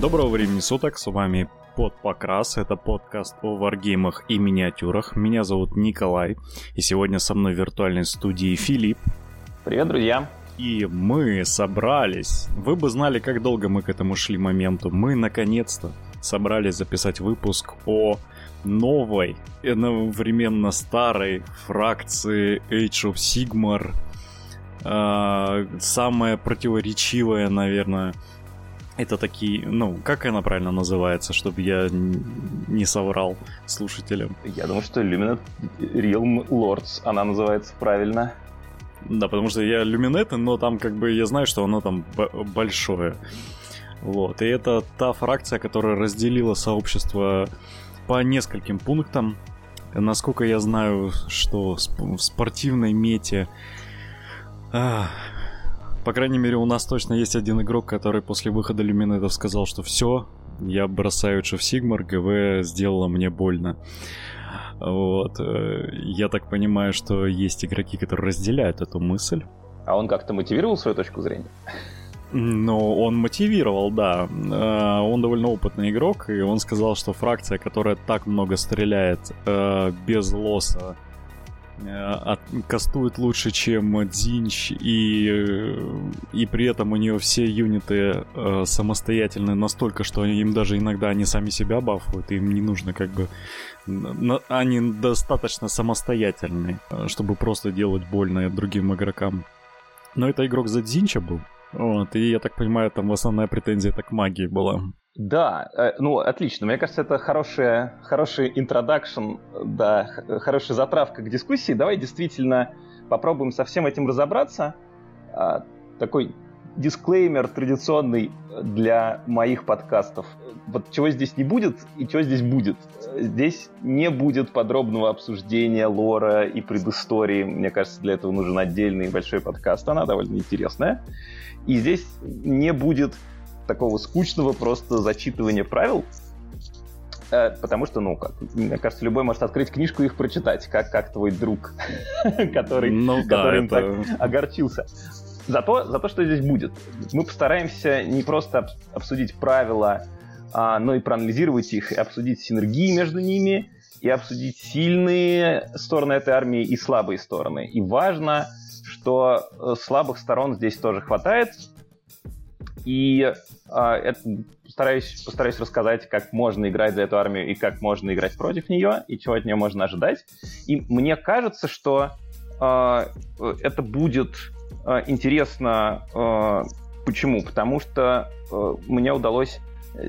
Доброго времени суток, с вами Подпокрас, это подкаст о варгеймах и миниатюрах. Меня зовут Николай, и сегодня со мной в виртуальной студии Филипп. Привет, друзья! И мы собрались. Вы бы знали, как долго мы к этому шли моменту. Мы наконец-то собрались записать выпуск о новой, одновременно старой фракции Age of Sigmar. Самая противоречивая, наверное, это такие, как она правильно называется, чтобы я не соврал слушателям? Я думаю, что Lumineth Realm Lords она называется правильно. Да, потому что я Lumineth, но там я знаю, что оно там большое. Вот, и это та фракция, которая разделила сообщество по нескольким пунктам. Насколько я знаю, что в спортивной мете... По крайней мере, у нас точно есть один игрок, который после выхода Люминетов сказал, что все, я бросаю Age of Sigmar, ГВ сделала мне больно. Вот. Я так понимаю, что есть игроки, которые разделяют эту мысль. А он как-то мотивировал свою точку зрения? Ну, он мотивировал, да. Он довольно опытный игрок, и он сказал, что фракция, которая так много стреляет без лоса, кастует лучше, чем Дзинч, и при этом у нее все юниты самостоятельны настолько, что им даже иногда они сами себя бафуют, им не нужно они достаточно самостоятельны, чтобы просто делать больно другим игрокам. Но это игрок за Дзинча был. Вот, и я так понимаю, там основная претензия к магии была. Да, отлично. Мне кажется, это хороший интродакшн, да, хорошая затравка к дискуссии. Давай действительно попробуем со всем этим разобраться. Такой дисклеймер традиционный для моих подкастов. Вот чего здесь не будет и чего здесь будет. Здесь не будет подробного обсуждения лора и предыстории. Мне кажется, для этого нужен отдельный большой подкаст. Она довольно интересная. И здесь не будет такого скучного просто зачитывания правил, потому что, мне кажется, любой может открыть книжку и их прочитать, как твой друг, который им так огорчился. Зато что здесь будет. Мы постараемся не просто обсудить правила, но и проанализировать их, и обсудить синергии между ними, и обсудить сильные стороны этой армии и слабые стороны. И важно, что слабых сторон здесь тоже хватает. И постараюсь рассказать, как можно играть за эту армию и как можно играть против нее, и чего от нее можно ожидать. И мне кажется, что это будет интересно. Почему? Потому что мне удалось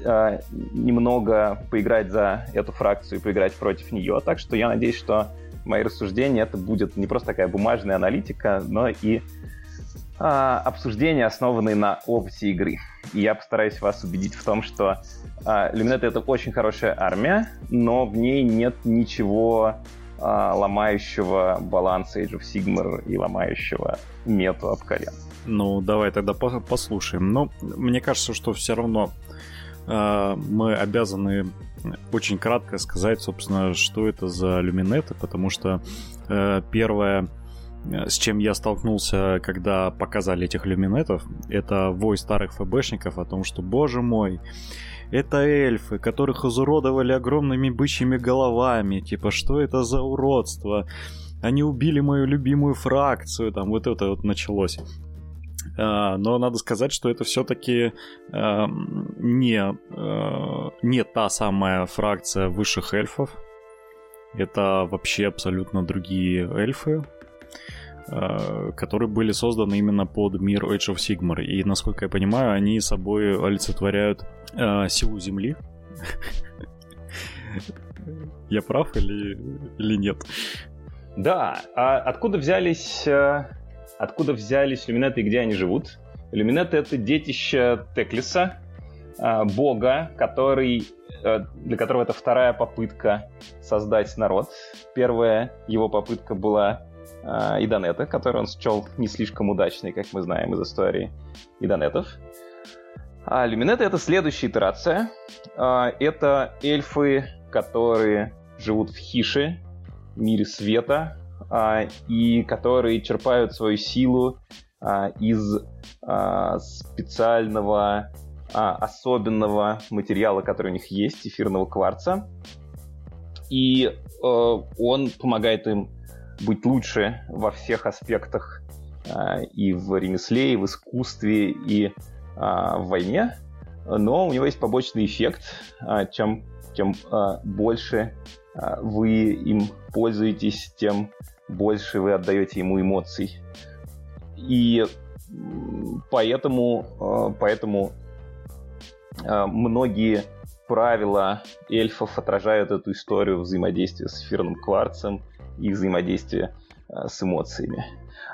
немного поиграть за эту фракцию и поиграть против нее. Так что я надеюсь, что мои рассуждения это будет не просто такая бумажная аналитика, но и обсуждения, основанные на опыте игры. И я постараюсь вас убедить в том, что Lumineth — это очень хорошая армия, но в ней нет ничего ломающего баланс Age of Sigmar и ломающего мету Обкарен. Ну, давай тогда послушаем. Но мне кажется, что все равно мы обязаны очень кратко сказать, собственно, что это за люминеты, потому что первое, с чем я столкнулся, когда показали этих люминетов, это вой старых ФБшников о том, что, боже мой, это эльфы, которых изуродовали огромными бычьими головами, типа, что это за уродство? Они убили мою любимую фракцию, там вот это вот началось. Но надо сказать, что это все-таки не та самая фракция высших эльфов. Это вообще абсолютно другие эльфы, которые были созданы именно под мир Age of Sigmar. И, насколько я понимаю, они собой олицетворяют силу Земли. Я прав или нет? Да, а откуда взялись люминеты и где они живут? Люминеты — это детище Теклиса, бога, для которого это вторая попытка создать народ. Первая его попытка была Идонета, которую он счел не слишком удачной, как мы знаем из истории Идонетов. А люминеты — это следующая итерация. Это эльфы, которые живут в Хише, мире света, и которые черпают свою силу из специального особенного материала, который у них есть, эфирного кварца. И он помогает им быть лучше во всех аспектах и в ремесле, и в искусстве, и в войне. Но у него есть побочный эффект. Чем больше вы им пользуетесь, тем больше вы отдаете ему эмоций. И поэтому многие правила эльфов отражают эту историю взаимодействия с эфирным кварцем и взаимодействия с эмоциями.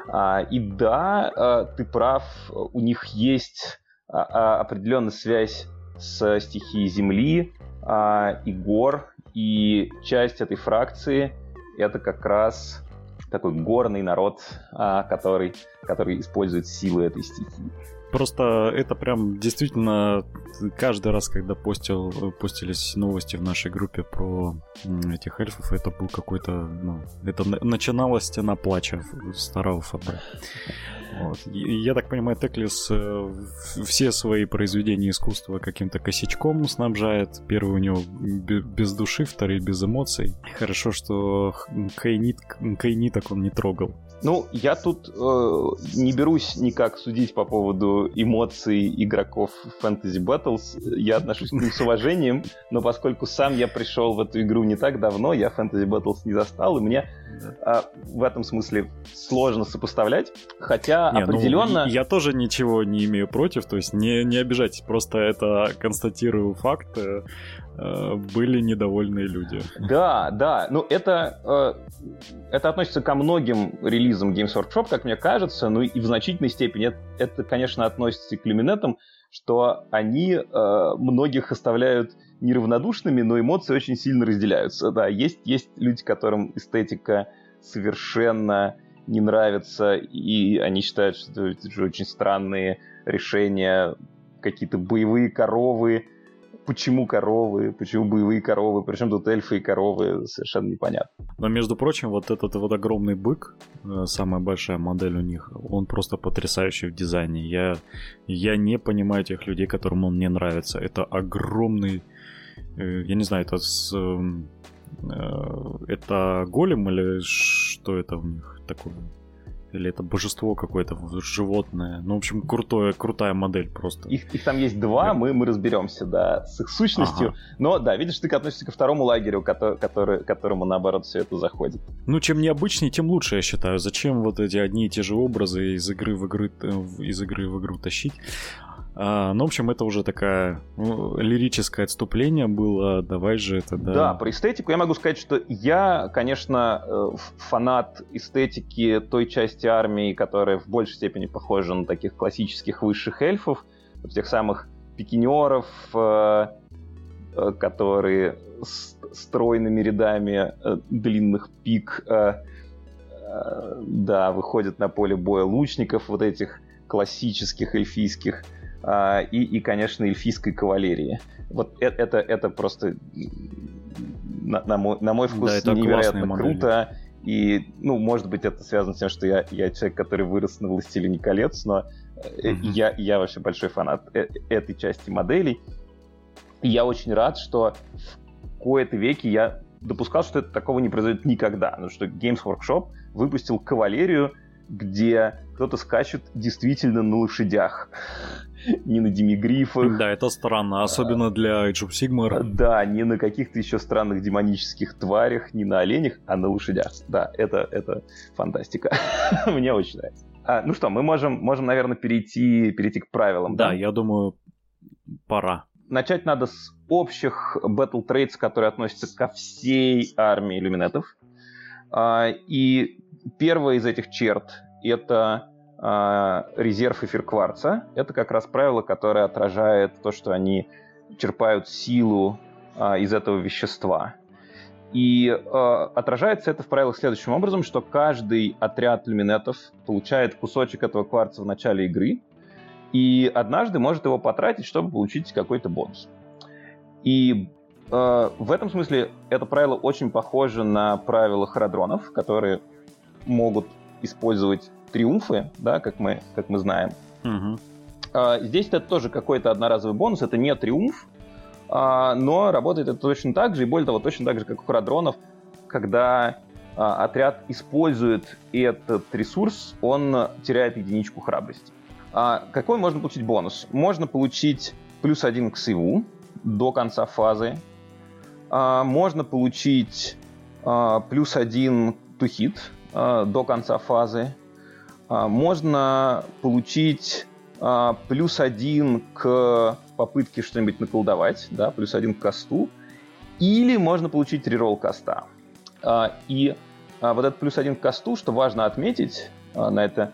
И да, ты прав, у них есть определенная связь с стихией Земли и гор, и часть этой фракции — это как раз такой горный народ, который использует силы этой стихии. Просто это прям действительно каждый раз, когда постились новости в нашей группе про этих эльфов, это был какой-то, это начиналась стена плача старого ФБ. Вот. Я так понимаю, Теклис все свои произведения искусства каким-то косячком снабжает. Первый у него без души, второй без эмоций. Хорошо, что Кайниток он не трогал. Ну, я тут не берусь никак судить по поводу эмоций игроков Fantasy Battles. Я отношусь к ним с уважением, но поскольку сам я пришел в эту игру не так давно, я Fantasy Battles не застал, и мне в этом смысле сложно сопоставлять. Хотя определенно... Я тоже ничего не имею против, то есть не обижайтесь, просто это констатирую факт. Были недовольные люди. Да, ну это относится ко многим релизам Games Workshop, как мне кажется, ну и в значительной степени это, конечно, относится и к люминетам, что они многих оставляют неравнодушными, но эмоции очень сильно разделяются. Да, есть люди, которым эстетика совершенно не нравится, и они считают, что это очень странные решения, какие-то боевые коровы. Почему коровы? Почему боевые коровы? Причем тут эльфы и коровы? Совершенно непонятно. Но, между прочим, вот этот вот огромный бык, самая большая модель у них, он просто потрясающий в дизайне. Я не понимаю тех людей, которым он не нравится. Это огромный... Я не знаю, это голем или что это у них такое? Или это божество какое-то, животное. Ну, в общем, крутая модель просто. Их там есть два, мы разберемся, да, с их сущностью. Ага. Но, да, видишь, ты относишься ко второму лагерю, которому, наоборот, все это заходит. Ну, чем необычнее, тем лучше, я считаю. Зачем вот эти одни и те же образы из игры в игру тащить? Ну, в общем, это уже такое лирическое отступление было. Давай же это, да. Да, про эстетику я могу сказать, что я, конечно, фанат эстетики той части армии, которая в большей степени похожа на таких классических высших эльфов, тех самых пикинеров, которые стройными рядами длинных пик, да, выходят на поле боя лучников, вот этих классических эльфийских, и, конечно, эльфийской кавалерии. Вот это просто, на мой вкус, да, невероятно круто. И, ну, может быть, это связано с тем, что я человек, который вырос на «Властелине колец», но я вообще большой фанат этой части моделей. И я очень рад, что в кои-то веки я допускал, что такого не произойдет никогда. Ну, что Games Workshop выпустил кавалерию, где кто-то скачет действительно на лошадях, не на демигрифах. Да, это странно, особенно для Age of Sigmar. Да, не на каких-то еще странных демонических тварях, не на оленях, а на лошадях. Да, это фантастика. Мне очень нравится. Ну что, мы можем, наверное, перейти к правилам. Да, я думаю, пора. Начать надо с общих battle traits, которые относятся ко всей армии иллюминатов. И первая из этих черт — это резерв эфир кварца. Это как раз правило, которое отражает то, что они черпают силу из этого вещества. И отражается это в правилах следующим образом, что каждый отряд люминетов получает кусочек этого кварца в начале игры и однажды может его потратить, чтобы получить какой-то бонус. И в этом смысле это правило очень похоже на правила харадронов, которые могут использовать триумфы, да, как мы знаем. Здесь это тоже какой-то одноразовый бонус, это не триумф, но работает это точно так же, и более того, точно так же, как у Харадронов, когда отряд использует этот ресурс, он теряет единичку храбрости. Какой можно получить бонус? Можно получить +1 к сейву до конца фазы. Можно получить +1 to hit до конца фазы. Можно получить +1 к попытке что-нибудь наколдовать, да, +1 к касту. Или можно получить реролл каста. И вот этот +1 к касту, что важно отметить, на это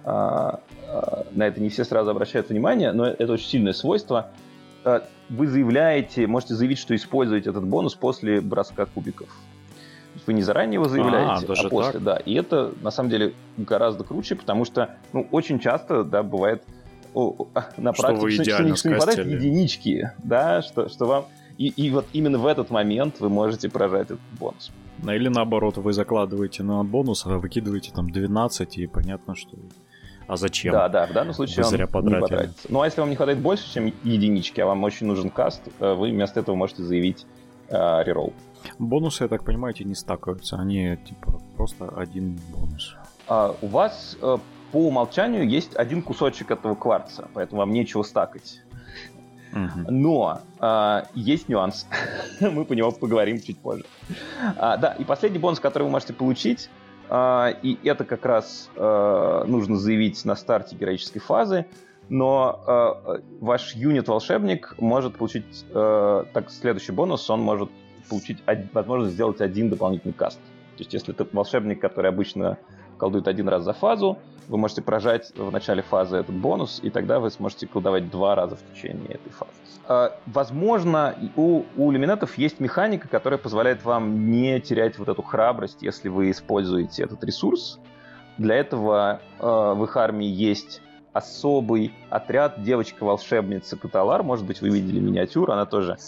не все сразу обращают внимание, но это очень сильное свойство. Вы можете заявить, что используете этот бонус после броска кубиков. Вы не заранее его заявляете, а после, так? Да. И это, на самом деле, гораздо круче, потому что, очень часто, да, бывает на практике, что не хватает единички, да, что вам... И вот именно в этот момент вы можете прожать этот бонус. Или наоборот, вы закладываете на бонус, а выкидываете там 12, и понятно, что... А зачем? Да, в данном случае он не потратится. Ну, а если вам не хватает больше, чем единички, а вам очень нужен каст, вы вместо этого можете заявить реролл. Бонусы, я так понимаю, эти не стакаются, они типа просто один бонус. У вас по умолчанию есть один кусочек этого кварца, поэтому вам нечего стакать. Но есть нюанс. Мы по нему поговорим чуть позже. Да, и последний бонус, который вы можете получить, и это как раз нужно заявить на старте героической фазы, но ваш юнит-волшебник может получить следующий бонус, он может получить возможность сделать один дополнительный каст. То есть если это волшебник, который обычно колдует один раз за фазу, вы можете прожать в начале фазы этот бонус, и тогда вы сможете колдовать 2 раза в течение этой фазы. Возможно, у люминетов есть механика, которая позволяет вам не терять вот эту храбрость, если вы используете этот ресурс. Для этого в их армии есть особый отряд девочка-волшебница Каталар. Может быть, вы видели миниатюру, она тоже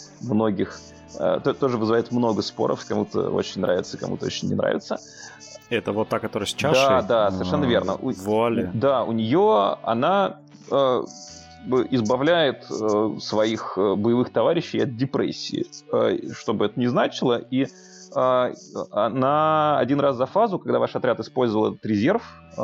тоже вызывает много споров. Кому-то очень нравится, кому-то очень не нравится. Это вот та, которая с чашей? Да, совершенно верно. Вуаля. Да, у нее она избавляет своих боевых товарищей от депрессии, что бы это ни значило. И она один раз за фазу, когда ваш отряд использовал этот резерв,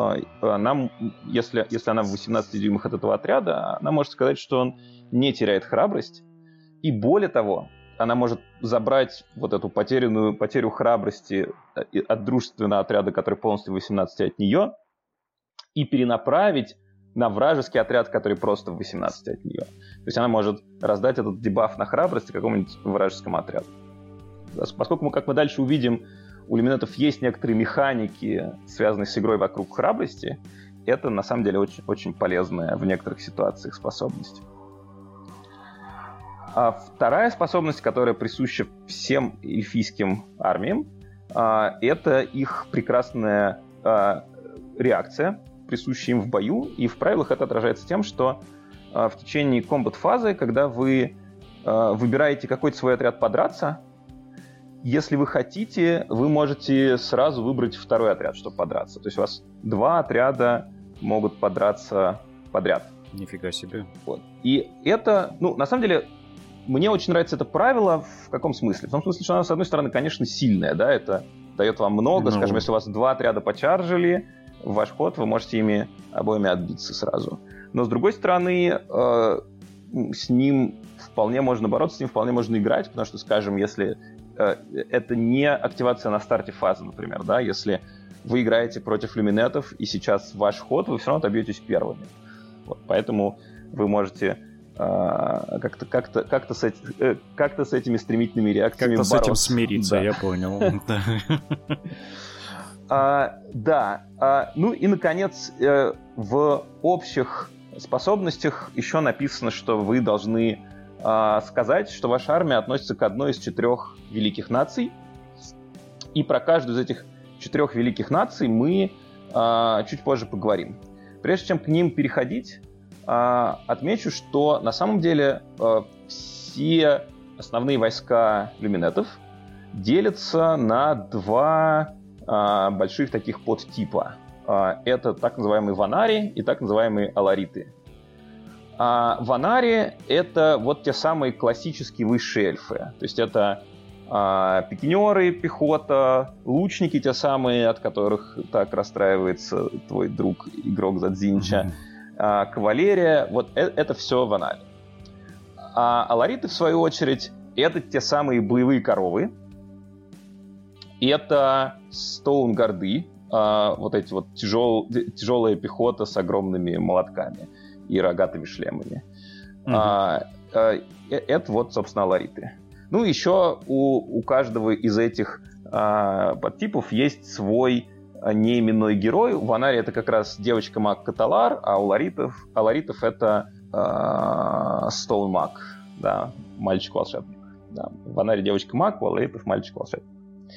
если она в 18 дюймах от этого отряда, она может сказать, что он не теряет храбрость. И более того, она может забрать вот эту потерю храбрости от дружественного отряда, который полностью в 18 от нее, и перенаправить на вражеский отряд, который просто в 18 от нее. То есть она может раздать этот дебаф на храбрость какому-нибудь вражескому отряду. Поскольку, как мы дальше увидим, у люминетов есть некоторые механики, связанные с игрой вокруг храбрости, это на самом деле очень, очень полезная в некоторых ситуациях способность. А вторая способность, которая присуща всем эльфийским армиям, это их прекрасная реакция, присущая им в бою. И в правилах это отражается тем, что в течение комбат-фазы, когда вы выбираете какой-то свой отряд подраться, если вы хотите, вы можете сразу выбрать второй отряд, чтобы подраться. То есть у вас 2 отряда могут подраться подряд. Нифига себе. Вот. И это, на самом деле, мне очень нравится это правило. В каком смысле? В том смысле, что оно, с одной стороны, конечно, сильное, да, это дает вам много. Скажем, если у вас 2 отряда почаржили, в ваш ход вы можете ими обоими отбиться сразу. Но, с другой стороны, с ним вполне можно бороться, с ним вполне можно играть, потому что, скажем, если это не активация на старте фазы, например, да, если вы играете против люминетов, и сейчас ваш ход, вы все равно отобьетесь первыми. Вот, поэтому вы можете как-то с этими стремительными реакциями бороться. Как-то с этим смириться, да. Я понял. Да. Ну и, наконец, в общих способностях еще написано, что вы должны сказать, что ваша армия относится к одной из 4 великих наций. И про каждую из этих 4 великих наций мы чуть позже поговорим. Прежде чем к ним переходить, отмечу, что на самом деле все основные войска люминетов делятся на 2 больших таких подтипа. Это так называемые ванари и так называемые алариты. А ванари — это вот те самые классические высшие эльфы. То есть это пикинеры, пехота, лучники те самые, от которых так расстраивается твой друг, игрок Задзинча, кавалерия. Вот это все ванари. А алариты, в свою очередь, это те самые боевые коровы. Это стоунгарды, вот эти вот тяжелая пехота с огромными молотками и рогатыми шлемами. Это вот, собственно, алариты. Ну, еще у каждого из этих подтипов есть свой неименной герой. У ванари это как раз девочка-маг Каталар, а у аларитов это стоун-маг, да, мальчик-волшебник. Да. У ванари девочка-маг, у аларитов мальчик-волшебник.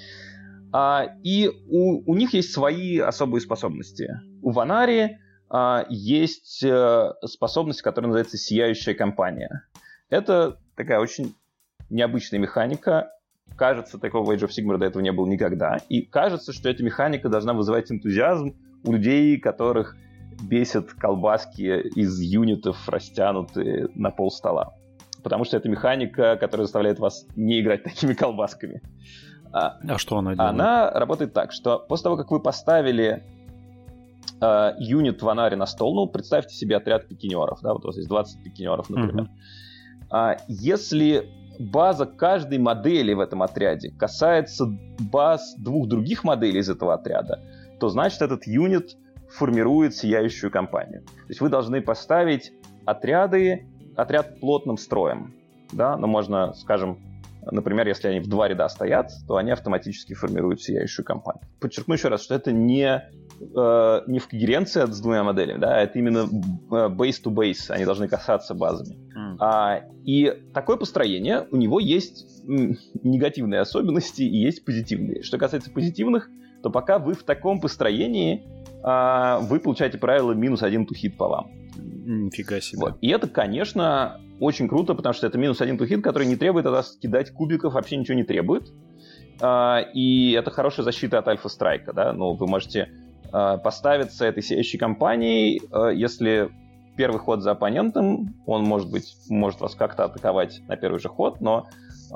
И у них есть свои особые способности. У ванари есть способность, которая называется «Сияющая компания». Это такая очень необычная механика. Кажется, такого в Age of Sigmar до этого не было никогда. И кажется, что эта механика должна вызывать энтузиазм у людей, которых бесят колбаски из юнитов, растянутые на пол стола. Потому что это механика, которая заставляет вас не играть такими колбасками. А что она делает? Она работает так, что после того, как вы поставили юнит ванари на стол, ну, представьте себе отряд пикинеров, да, вот у вас есть 20 пикинеров, например. Если база каждой модели в этом отряде касается баз двух других моделей из этого отряда, то значит этот юнит формирует сияющую компанию. То есть вы должны поставить отряд плотным строем. Да? Ну, можно, скажем, например, если они в 2 ряда стоят, то они автоматически формируют сияющую компанию. Подчеркну еще раз, что это не в когеренции с двумя моделями, да, это именно base to base, они должны касаться базами. И такое построение, у него есть негативные особенности и есть позитивные. Что касается позитивных, то пока вы в таком построении, вы получаете правило -1 to hit по вам. Нифига себе. Вот. И это, конечно, очень круто, потому что это -1 to hit, который не требует от вас кидать кубиков, вообще ничего не требует. И это хорошая защита от альфа-страйка, да, ну, вы можете поставиться этой сияющей компанией, если первый ход за оппонентом, он, может вас как-то атаковать на первый же ход, но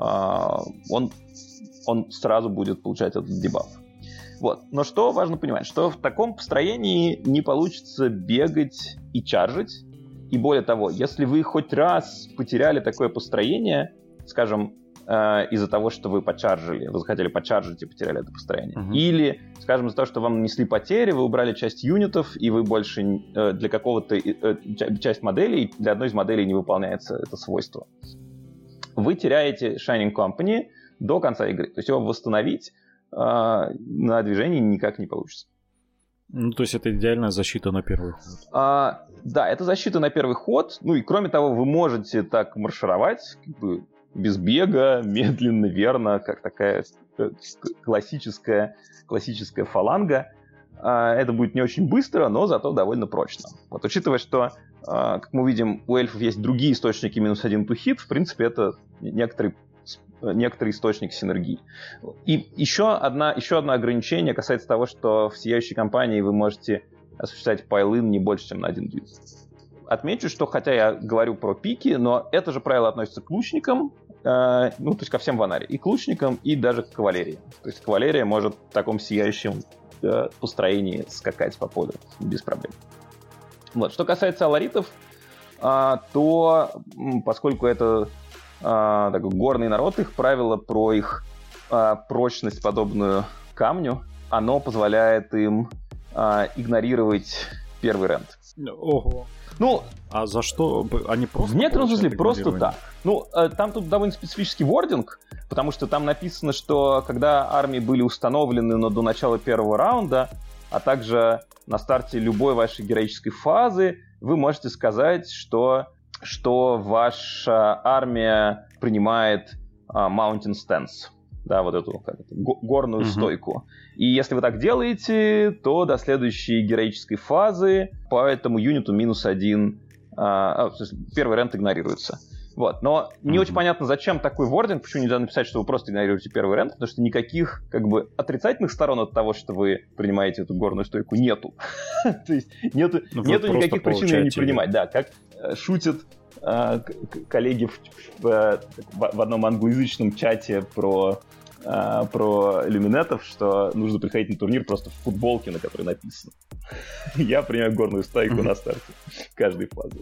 он сразу будет получать этот дебаф. Вот. Но что важно понимать, что в таком построении не получится бегать и чаржить. И более того, если вы хоть раз потеряли такое построение, скажем, из-за того, что вы захотели почаржить и потеряли это построение. Или, скажем, из-за того, что вам нанесли потери, вы убрали часть юнитов, и вы больше для какого-то часть моделей, для одной из моделей не выполняется это свойство. Вы теряете Shining Company до конца игры. То есть его восстановить на движении никак не получится. Ну, то есть это идеальная защита на первый ход. Да, это защита на первый ход. Ну и кроме того, вы можете так маршировать, как бы без бега, медленно, верно, как такая классическая фаланга. Это будет не очень быстро, но зато довольно прочно. Вот, учитывая, что, как мы видим, у эльфов есть другие источники -1 to hit, в принципе, это некоторый источник синергии. И еще одно ограничение касается того, что в сияющей компании вы можете осуществлять пайлин не больше, чем на 1 дюйм. Отмечу, что хотя я говорю про пики, но это же правило относится к лучникам, то есть ко всем ванари, и к лучникам, и даже к кавалерии. То есть кавалерия может в таком сияющем построении скакать по полю без проблем. Вот. Что касается аларитов, то поскольку это такой горный народ, их правило про их прочность, подобную камню, оно позволяет им игнорировать первый рэнд. Ого. Ну, а за что? Они просто... В некотором смысле просто так. Ну, там тут довольно специфический вординг, потому что там написано, что когда армии были установлены до начала первого раунда, а также на старте любой вашей героической фазы, вы можете сказать, что ваша армия принимает Mountain Stance, да, вот эту горную стойку. И если вы так делаете, то до следующей героической фазы по этому юниту -1, первый рэнд игнорируется. Вот. Но не очень понятно, зачем такой вординг, почему нельзя написать, что вы просто игнорируете первый рэнд, потому что никаких отрицательных сторон от того, что вы принимаете эту горную стойку, нету. То есть нету никаких причин ее не принимать. Да, шутят коллеги в одном англоязычном чате про люминетов, что нужно приходить на турнир просто в футболке, на которой написано. Я принимаю горную стойку на старте каждой фазы.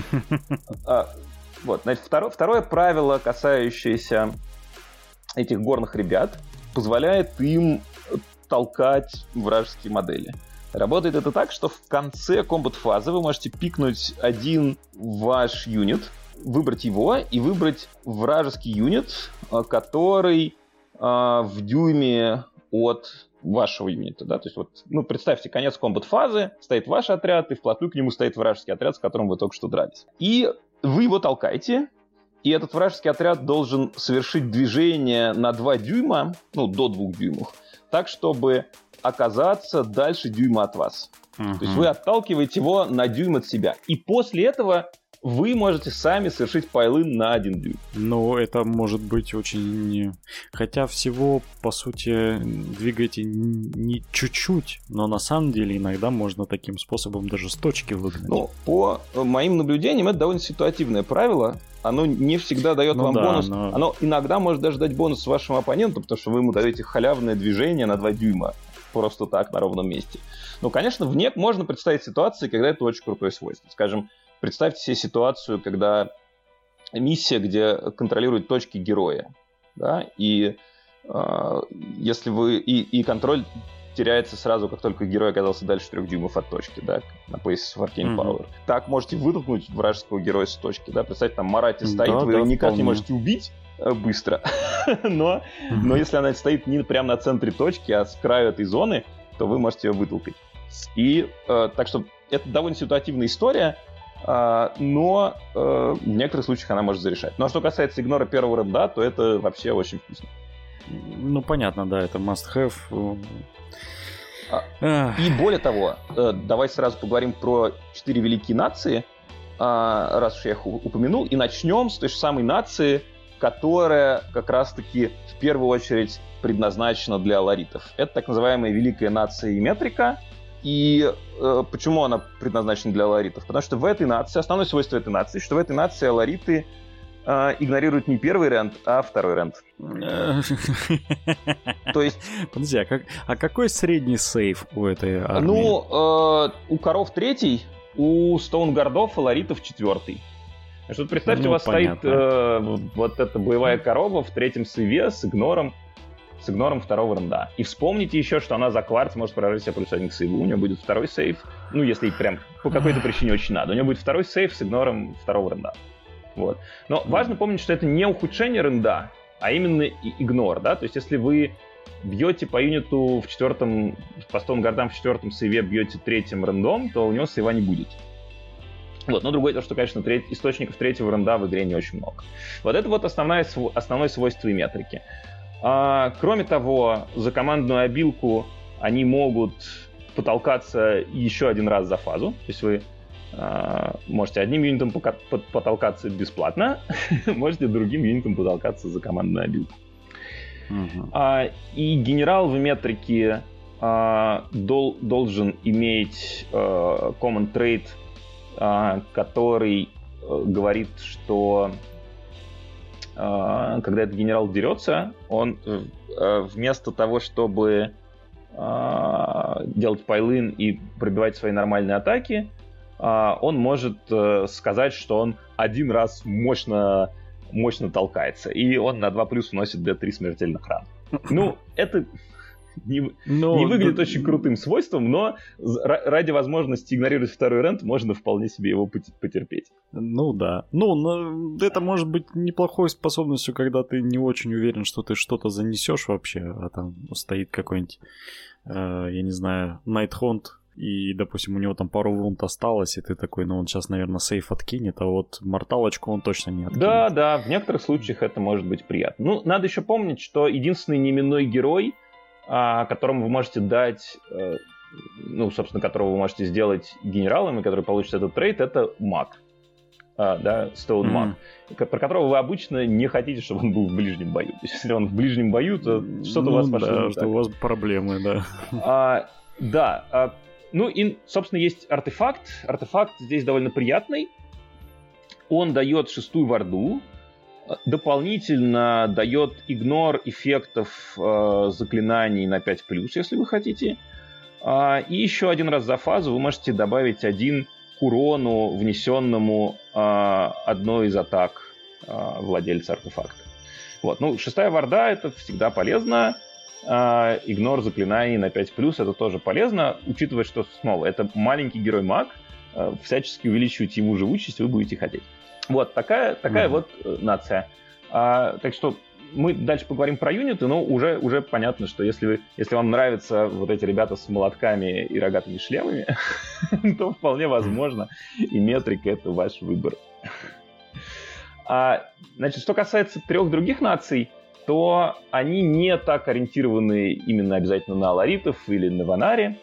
Вот, значит, второе правило, касающееся этих горных ребят, позволяет им толкать вражеские модели. Работает это так, что в конце комбат-фазы вы можете пикнуть один ваш юнит, выбрать его и выбрать вражеский юнит, который в дюйме от вашего юнита. Да? То есть, вот, представьте, конец комбат-фазы, стоит ваш отряд, и вплотную к нему стоит вражеский отряд, с которым вы только что дрались. И вы его толкаете, и этот вражеский отряд должен совершить движение на 2 дюйма, до 2 дюймов, так, чтобы оказаться дальше дюйма от вас. То есть вы отталкиваете его на дюйм от себя. И после этого вы можете сами совершить пайлын на 1 дюйм. Ну, это может быть очень... Хотя всего, по сути, двигаете не чуть-чуть, но на самом деле иногда можно таким способом даже с точки выгнать. Ну, по моим наблюдениям, это довольно ситуативное правило. Оно не всегда дает вам бонус. Но... Оно иногда может даже дать бонус вашему оппоненту, потому что вы ему даете халявное движение на 2 дюйма. Просто так, на ровном месте. Ну, конечно, в НЕК можно представить ситуации, когда это очень крутое свойство. Скажем, представьте себе ситуацию, когда миссия, где контролируют точки героя, да, и если вы... И контроль теряется сразу, как только герой оказался дальше 3 дюймов от точки, да, на поясе Arcane Power. Так можете вытолкнуть вражеского героя с точки, да, представьте, там Марати стоит, вы ее никак не можете убить быстро, но если она стоит не прямо на центре точки, а с краю этой зоны, то вы можете ее вытолкать. И так что это довольно ситуативная история, но в некоторых случаях она может зарешать. Ну а что касается игнора первого ренда, то это вообще очень вкусно. Ну понятно, да, это must-have. И более того, давайте сразу поговорим про 4 великие нации, раз уж я их упомянул, и начнем с той же самой нации, которая как раз-таки в первую очередь предназначена для аларитов. Это так называемая Великая Нация Иметрика. И почему она предназначена для аларитов? Потому что в этой нации, основное свойство этой нации, что в этой нации алариты игнорируют не первый ренд, а второй ренд. То есть... Подожди, а какой средний сейв у этой армии? Ну, у коров 3, у стоунгардов аларитов 4. Что представьте, у вас понятно. Стоит вот эта боевая корова в 3 сейве с игнором 2 ренда. И вспомните еще, что она за кварц может прожить себя +1 к сейву. У нее будет 2 сейв. Ну, если прям по какой-то причине очень надо. У нее будет 2 сейв с игнором 2 ренда. Вот. Но важно помнить, что это не ухудшение ренда, а именно игнор, да? То есть если вы бьете по юниту в 4-м, по стоунгардам в 4-м сейве бьете 3-м рендом, то у него сейва не будет. Вот. Но другое то, что, конечно, источников 3-го ренда в игре не очень много. Вот это вот основное свойство и метрики. Кроме того, за командную обилку они могут потолкаться еще один раз за фазу. То есть вы можете одним юнитом потолкаться бесплатно, можете другим юнитом потолкаться за командную обилку. И генерал в метрике должен иметь common trait, который говорит, что когда этот генерал дерется, он вместо того, чтобы делать пайлын и пробивать свои нормальные атаки, он может сказать, что он один раз мощно толкается, и он на 2+ вносит D3 смертельных ран. Ну, это не выглядит очень крутым свойством, но ради возможности игнорировать второй ренд можно вполне себе его потерпеть. Ну да. Ну, это может быть неплохой способностью, когда ты не очень уверен, что ты что-то занесешь вообще, а там стоит какой-нибудь, я не знаю, Найтхонд, и, допустим, у него там пару вунд осталось, и ты такой, он сейчас, наверное, сейф откинет, а вот морталочку он точно не откинет. Да, в некоторых случаях это может быть приятно. Ну, надо еще помнить, что единственный неименной герой, которому вы можете дать, собственно, которого вы можете сделать генералом, и который получит этот трейд, это маг. Стоун маг, про которого вы обычно не хотите, чтобы он был в ближнем бою. То есть, если он в ближнем бою, то что-то у вас пошло не так. Что у вас проблемы, да. Да. Ну и, собственно, есть артефакт. Артефакт здесь довольно приятный. Он дает 6-ю варду, дополнительно дает игнор эффектов заклинаний на 5+, если вы хотите. И еще один раз за фазу вы можете добавить 1 к урону, внесенному одной из атак владельца артефакта. Вот. 6-я варда — это всегда полезно. Игнор заклинаний на 5+, это тоже полезно, учитывая, что снова это маленький герой-маг, всячески увеличивать ему живучесть вы будете хотеть. Вот такая вот нация. Так что мы дальше поговорим про юниты, но уже понятно, что если вам нравятся вот эти ребята с молотками и рогатыми шлемами, то вполне возможно, и метрика — это ваш выбор. Значит, что касается 3 других наций, то они не так ориентированы именно обязательно на аларитов или на ванари,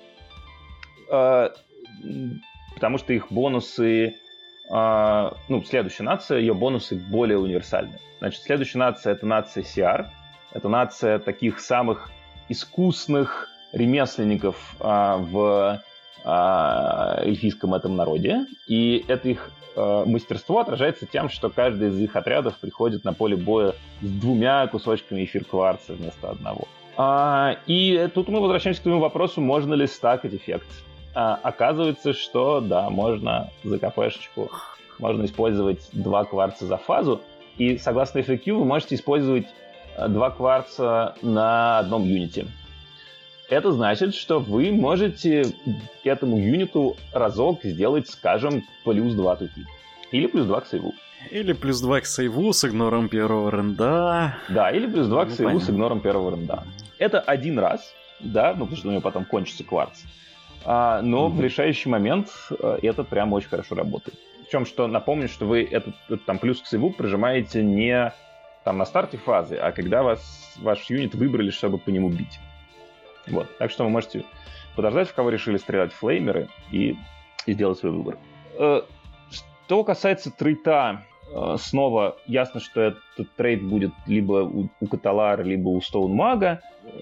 потому что их бонусы... следующая нация, ее бонусы более универсальны. Значит, следующая нация — это нация Сиар. Это нация таких самых искусных ремесленников в эльфийском этом народе. И это их мастерство отражается тем, что каждый из их отрядов приходит на поле боя с 2 кусочками эфир-кварца вместо 1. И тут мы возвращаемся к твоему вопросу, можно ли стакать эффект. Оказывается, что да, можно за КПшечку, можно использовать 2 кварца за фазу, и согласно FAQ вы можете использовать 2 кварца на одном юните. Это значит, что вы можете этому юниту разок сделать, скажем, +2 to hit. Или +2 к сейву. Или +2 к сейву с игнором первого ренда. Да, или +2 к сейву с игнором первого ренда. Это один раз, да, потому что у него потом кончится кварц. Но в решающий момент это прям очень хорошо работает. Причем, что напомню, что вы этот там плюс к сейву прижимаете не там на старте фазы, а когда ваш юнит выбрали, чтобы по нему бить. Вот. Так что вы можете подождать, в кого решили стрелять флеймеры, и сделать свой выбор. Что касается трейта, снова ясно, что этот трейд будет либо у Каталара, либо у Стоунмага,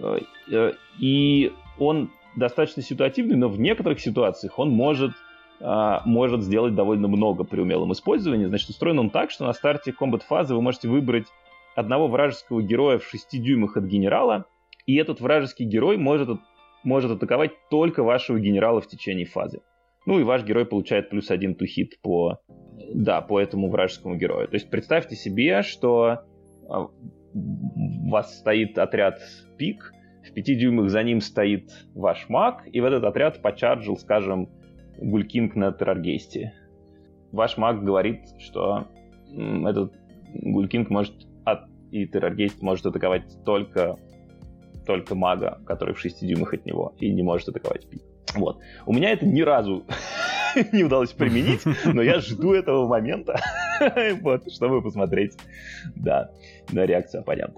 и он достаточно ситуативный, но в некоторых ситуациях он может сделать довольно много при умелом использовании. Значит, устроен он так, что на старте комбат-фазы вы можете выбрать одного вражеского героя в 6 дюймах от генерала, и этот вражеский герой может атаковать только вашего генерала в течение фазы. И ваш герой получает +1 to hit по этому вражескому герою. То есть представьте себе, что у вас стоит отряд пик, в 5 дюймах за ним стоит ваш маг, и в этот отряд почарджил, скажем, Гулькинг на Терраргейсте. Ваш маг говорит, что этот Гулькинг и Терраргейст может атаковать только мага, который в 6 дюймах от него, и не может атаковать пик. Вот. У меня это ни разу не удалось применить, но я жду этого момента, чтобы посмотреть, на реакцию оппонента.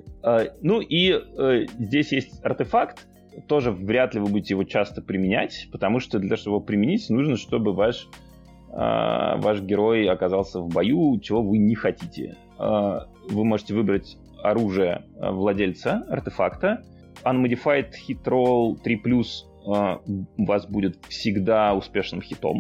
Здесь есть артефакт, тоже вряд ли вы будете его часто применять, потому что для того, чтобы его применить, нужно, чтобы ваш герой оказался в бою, чего вы не хотите. Вы можете выбрать оружие владельца артефакта. Unmodified hit roll 3+, у вас будет всегда успешным хитом.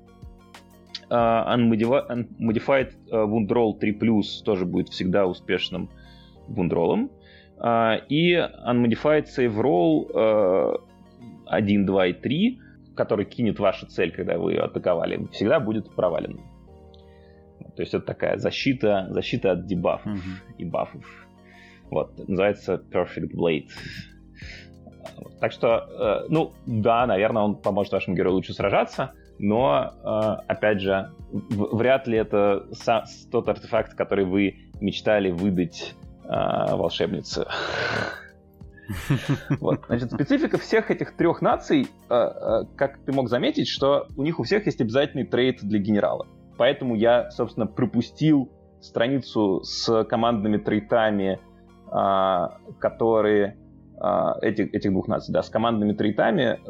Unmodified wound roll 3+, тоже будет всегда успешным вундролом. И Unmodified save roll 1, 2 и 3, который кинет вашу цель, когда вы ее атаковали, всегда будет проваленным. То есть это такая защита от дебафов и бафов. Вот, называется Perfect Blade. Так что, наверное, он поможет вашему герою лучше сражаться, но, опять же, вряд ли это тот артефакт, который вы мечтали выдать волшебнице. Вот. Значит, специфика всех этих 3 наций, как ты мог заметить, что у них у всех есть обязательный трейд для генерала. Поэтому я, собственно, пропустил страницу с командными трейтами, которые этих 2 наций, с командными трейтами,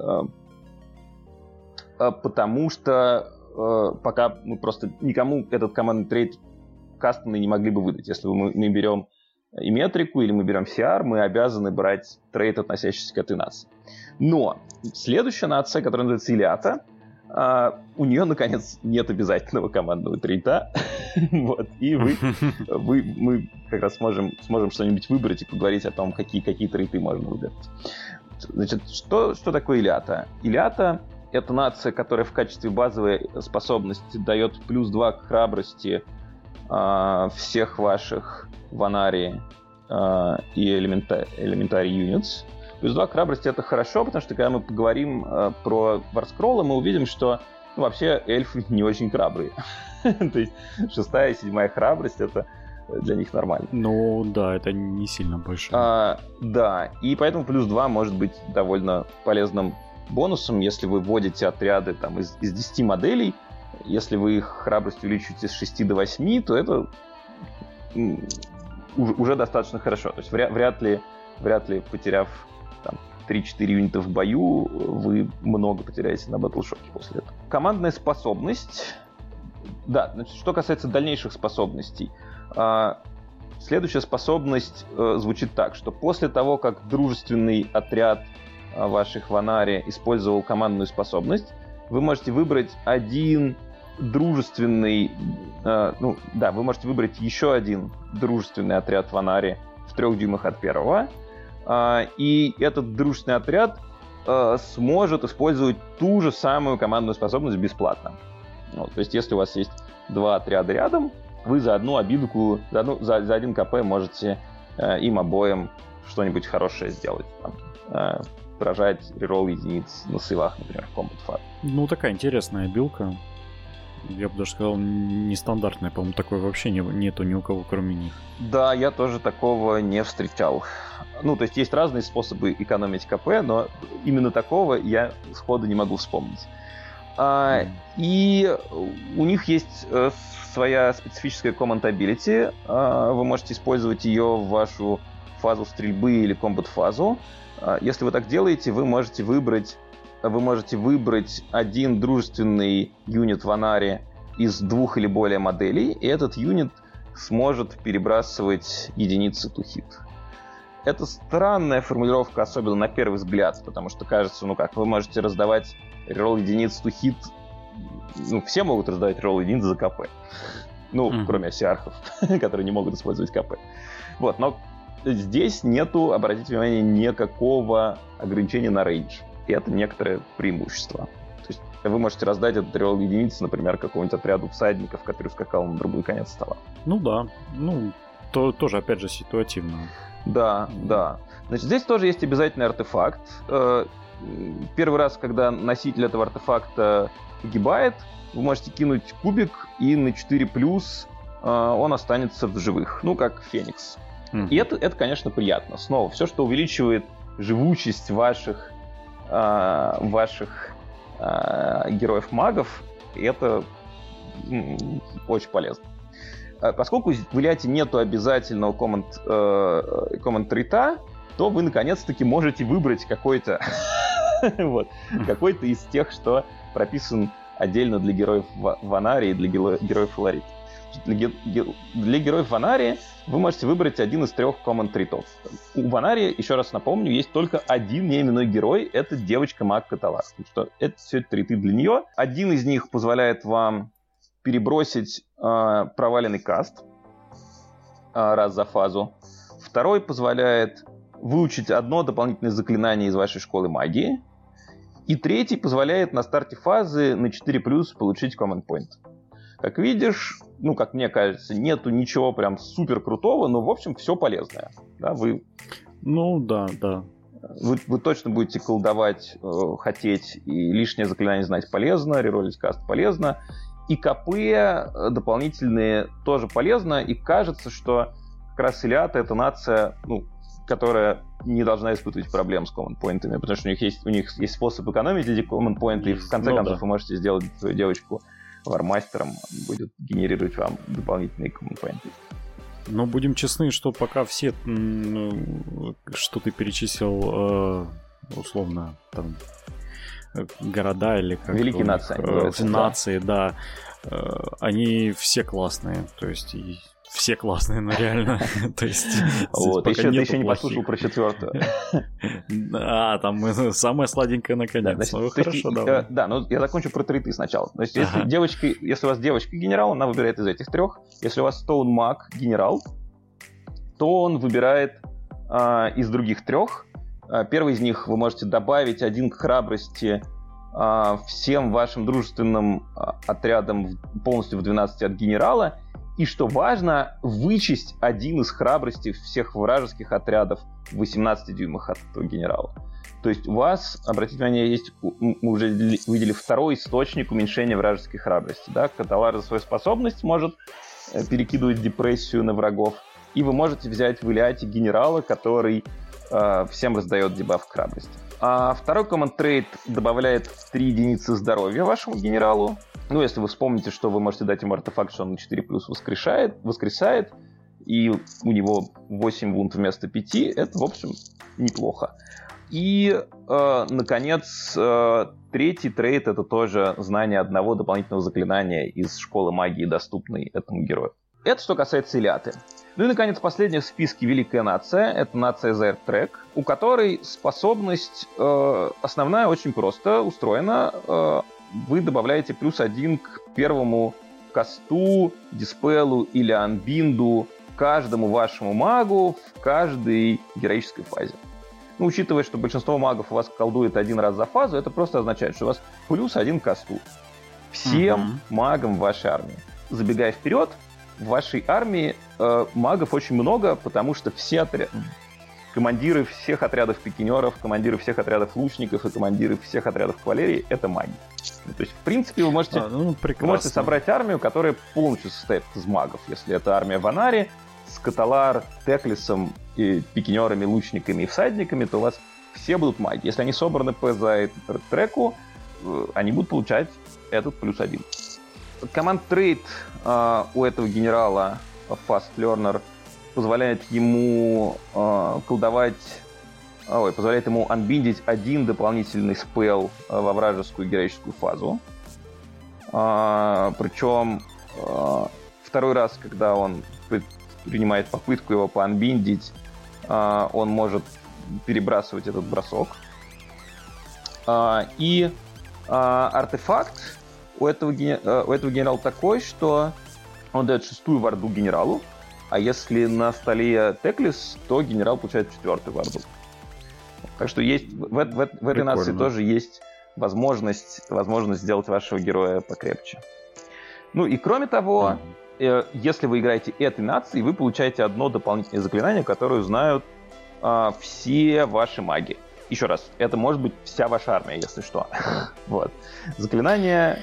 потому что пока мы просто никому этот командный трейд кастомный не могли бы выдать. Если мы берем и метрику, или мы берем CR, мы обязаны брать трейд, относящийся к этой нации. Но следующая нация, которая называется Илиата, у нее, наконец, нет обязательного командного трейда. Вот, и мы как раз сможем что-нибудь выбрать и поговорить о том, какие трейты можно выбрать. Значит, что такое Илиата? Илиата — это нация, которая в качестве базовой способности дает +2 к храбрости всех ваших Ванари и Elementary Units. +2 к храбрости — это хорошо, потому что когда мы поговорим про варскроллы, мы увидим, что вообще эльфы не очень храбрые. То есть 6-я и 7-я храбрость — это для них нормально. Ну да, это не сильно больше. Да, и поэтому +2 может быть довольно полезным бонусом, если вы вводите отряды там, из 10 моделей. Если вы их храбрость увеличиваете с 6 до 8, то это уже достаточно хорошо. То есть вряд ли потеряв там, 3-4 юнита в бою, вы много потеряете на батлшоке после этого. Командная способность. Да, значит, что касается дальнейших способностей. Следующая способность звучит так, что после того, как дружественный отряд ваших Ванари использовал командную способность, вы можете выбрать один дружественный... вы можете выбрать еще один дружественный отряд Ванари в 3 дюймах от первого, и этот дружественный отряд сможет использовать ту же самую командную способность бесплатно. То есть, если у вас есть 2 отряда рядом, вы за одну обидку, за 1 КП можете им обоим что-нибудь хорошее сделать. Там, поражать реролл единиц на сейвах, например, в Combat Phase. Ну, такая интересная билка. Я бы даже сказал, нестандартная. По-моему, такой вообще нету ни у кого, кроме них. Да, я тоже такого не встречал. То есть есть разные способы экономить КП, но именно такого я сходу не могу вспомнить. И у них есть своя специфическая command ability. Вы можете использовать ее в вашу фазу стрельбы или комбат-фазу. Если вы так делаете, вы можете выбрать один дружественный юнит Ванари из 2 или более моделей, и этот юнит сможет перебрасывать единицы to hit. Это странная формулировка, особенно на первый взгляд, потому что кажется, вы можете раздавать реролл единиц to hit. Все могут раздавать реролл единиц за КП. Кроме осиархов, которые не могут использовать КП. Но здесь нету, обратите внимание, никакого ограничения на рейндж. И это некоторое преимущество. То есть вы можете раздать этот реролл единиц, например, какому-нибудь отряду всадников, который скакал на другой конец стола. Тоже, опять же, ситуативно. Да. Значит, здесь тоже есть обязательный артефакт. Первый раз, когда носитель этого артефакта погибает, вы можете кинуть кубик, и на 4+, он останется в живых. Как Феникс. И это, конечно, приятно. Снова, все, что увеличивает живучесть ваших героев-магов, это очень полезно. Поскольку в Илиате нету обязательного команд-трейта, то вы наконец-таки можете выбрать какой-то из тех, что прописан отдельно для героев Ванари и для героев Фаларита. Для героев Ванари вы можете выбрать один из 3 common трейтов. У Ванари, еще раз напомню, есть только один неименной герой, это девочка-маг Каталар. Что это все трейты для нее. Один из них позволяет вам перебросить проваленный каст раз за фазу. Второй позволяет выучить одно дополнительное заклинание из вашей школы магии. И третий позволяет на старте фазы на 4+, получить command point. Как видишь, как мне кажется, нету ничего прям супер крутого, но, в общем, все полезное. Да, вы... Да. Вы точно будете колдовать, хотеть, и лишнее заклинание знать полезно, реролить каст полезно. И КП дополнительные тоже полезно, и кажется, что как раз Илиата — это нация, которая не должна испытывать проблем с command-поинтами, потому что у них есть способ экономить эти command-поинты, и в конце концов вы можете сделать свою девочку вармастером, будет генерировать вам дополнительные command-поинты. Но будем честны, что пока все, что ты перечислил, условно, там, города или как... Великие нации. Нации, да. Они все классные. То есть все классные, но реально. То есть вот, ты еще не послушал про 4-ю. Там самая сладенькая наконец. Хорошо, давай. Да, но я закончу про трейты сначала. То есть если у вас девочка генерал, она выбирает из этих 3. Если у вас Stone Mag генерал, то он выбирает из других 3. Первый из них вы можете добавить 1 к храбрости всем вашим дружественным отрядам полностью в 12 от генерала. И, что важно, вычесть 1 из храбрости всех вражеских отрядов в 18 дюймах от этого генерала. То есть у вас, обратите внимание, есть, мы уже видели, 2-й источник уменьшения вражеской храбрости. Да? Каталар за свою способность может перекидывать депрессию на врагов. И вы можете взять в Илиате генерала, который всем раздает дебаф к храбрости. А 2-й command trait добавляет 3 единицы здоровья вашему генералу. Ну, если вы вспомните, что вы можете дать ему артефакт, что он на 4+, воскресает, и у него 8 вунд вместо 5, это, в общем, неплохо. И, наконец, 3-й трейд — это тоже знание одного дополнительного заклинания из школы магии, доступной этому герою. Это что касается Илиаты. Ну и, наконец, последняя в списке великая нация. Это нация Zertrek, у которой способность основная очень просто устроена. Вы добавляете +1 к первому касту, диспелу или анбинду каждому вашему магу в каждой героической фазе. Ну, учитывая, что большинство магов у вас колдует 1 раз за фазу, это просто означает, что у вас +1 к касту всем магам в вашей армии. Забегая вперед, в вашей армии магов очень много, потому что все командиры всех отрядов пикинеров, командиры всех отрядов лучников и командиры всех отрядов кавалерии — это маги. То есть, в принципе, вы можете собрать армию, которая полностью состоит из магов. Если это армия Ванари с Каталар, Теклисом, и пикинерами, лучниками и всадниками, то у вас все будут маги. Если они собраны по треку, они будут получать этот +1. Command Trait у этого генерала Fast Learner позволяет ему позволяет ему анбиндить 1 дополнительный спелл во вражескую героическую фазу. Причем 2-й раз, когда он принимает попытку его поанбиндить, он может перебрасывать этот бросок. И артефакт у этого генерала такой, что он дает 6-ю варду генералу, а если на столе Теклис, то генерал получает 4-ю варду. Так что есть в этой нации тоже есть возможность сделать вашего героя покрепче. Ну и кроме того, если вы играете этой нацией, вы получаете 1 дополнительное заклинание, которое знают все ваши маги. Еще раз, это может быть вся ваша армия, если что. Вот. Заклинание